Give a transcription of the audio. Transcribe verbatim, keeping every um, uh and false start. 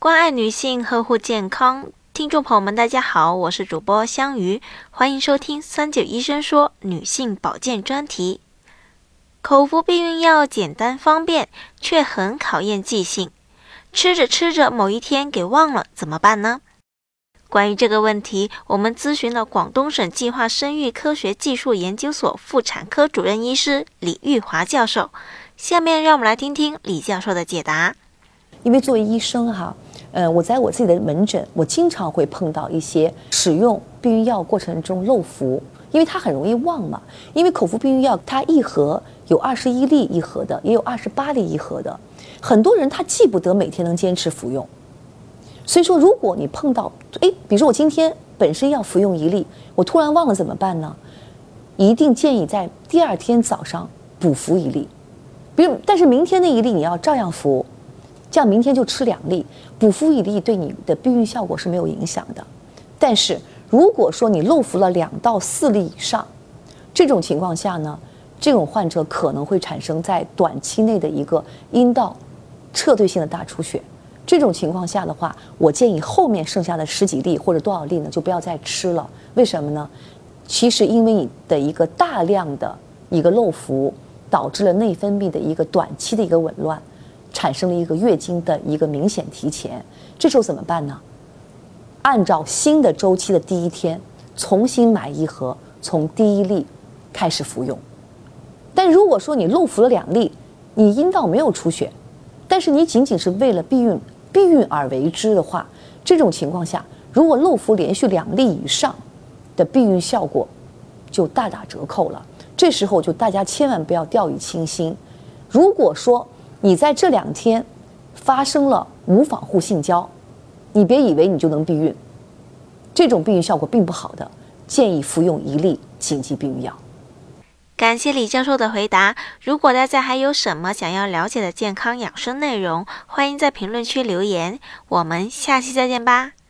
关爱女性，呵护健康。听众朋友们大家好，我是主播香鱼，欢迎收听三九医生说女性保健专题。口服避孕药简单方便，却很考验记性，吃着吃着某一天给忘了怎么办呢？关于这个问题，我们咨询了广东省计划生育科学技术研究所妇产科主任医师李玉华教授。下面让我们来听听李教授的解答。 因为作为医生哈，呃，我在我自己的门诊，我经常会碰到一些使用避孕药过程中漏服，因为它很容易忘嘛。因为口服避孕药它一盒有二十一粒一盒的，也有二十八粒一盒的，很多人他记不得每天能坚持服用。所以说，如果你碰到，哎，比如说我今天本身要服用一粒，我突然忘了怎么办呢？一定建议在第二天早上补服一粒，比如，但是明天那一粒你要照样服。这样明天就吃两粒，补服一粒对你的避孕效果是没有影响的。但是如果说你漏服了两到四粒以上，这种情况下呢，这种患者可能会产生在短期内的一个阴道撤退性的大出血。这种情况下的话，我建议后面剩下的十几粒或者多少粒呢，就不要再吃了。为什么呢？其实因为你的一个大量的一个漏服，导致了内分泌的一个短期的一个紊乱。产生了一个月经的一个明显提前，这时候怎么办呢？按照新的周期的第一天，重新买一盒，从第一粒开始服用。但如果说你漏服了两粒，你阴道没有出血，但是你仅仅是为了避孕避孕而为之的话，这种情况下，如果漏服连续两粒以上的避孕效果就大打折扣了。这时候就大家千万不要掉以轻心。如果说你在这两天发生了无防护性交，你别以为你就能避孕，这种避孕效果并不好的，建议服用一粒紧急避孕药。 感谢李教授的回答。如果大家还有什么想要了解的健康养生内容，欢迎在评论区留言。我们下期再见吧。